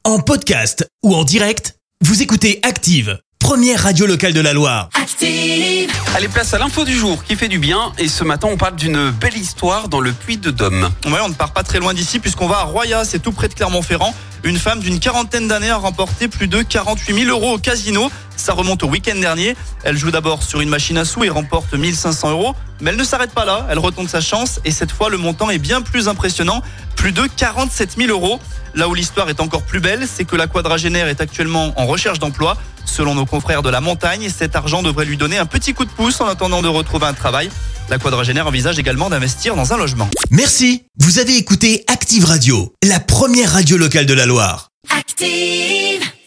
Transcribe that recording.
En podcast ou en direct, vous écoutez Active, première radio locale de la Loire. Active. Allez, place à l'info du jour qui fait du bien. Et ce matin, on parle d'une belle histoire dans le Puy-de-Dôme. Ouais, on ne part pas très loin d'ici puisqu'on va à Royat, c'est tout près de Clermont-Ferrand. Une femme d'une quarantaine d'années a remporté plus de 48 000 € au casino. Ça remonte au week-end dernier. Elle joue d'abord sur une machine à sous et remporte 1 500 €. Mais elle ne s'arrête pas là, elle retente sa chance et cette fois le montant est bien plus impressionnant, plus de 47 000 €. Là où l'histoire est encore plus belle, c'est que la quadragénaire est actuellement en recherche d'emploi. Selon nos confrères de La Montagne, cet argent devrait lui donner un petit coup de pouce en attendant de retrouver un travail. La quadragénaire envisage également d'investir dans un logement. Merci, vous avez écouté Active Radio, la première radio locale de la Loire. Active.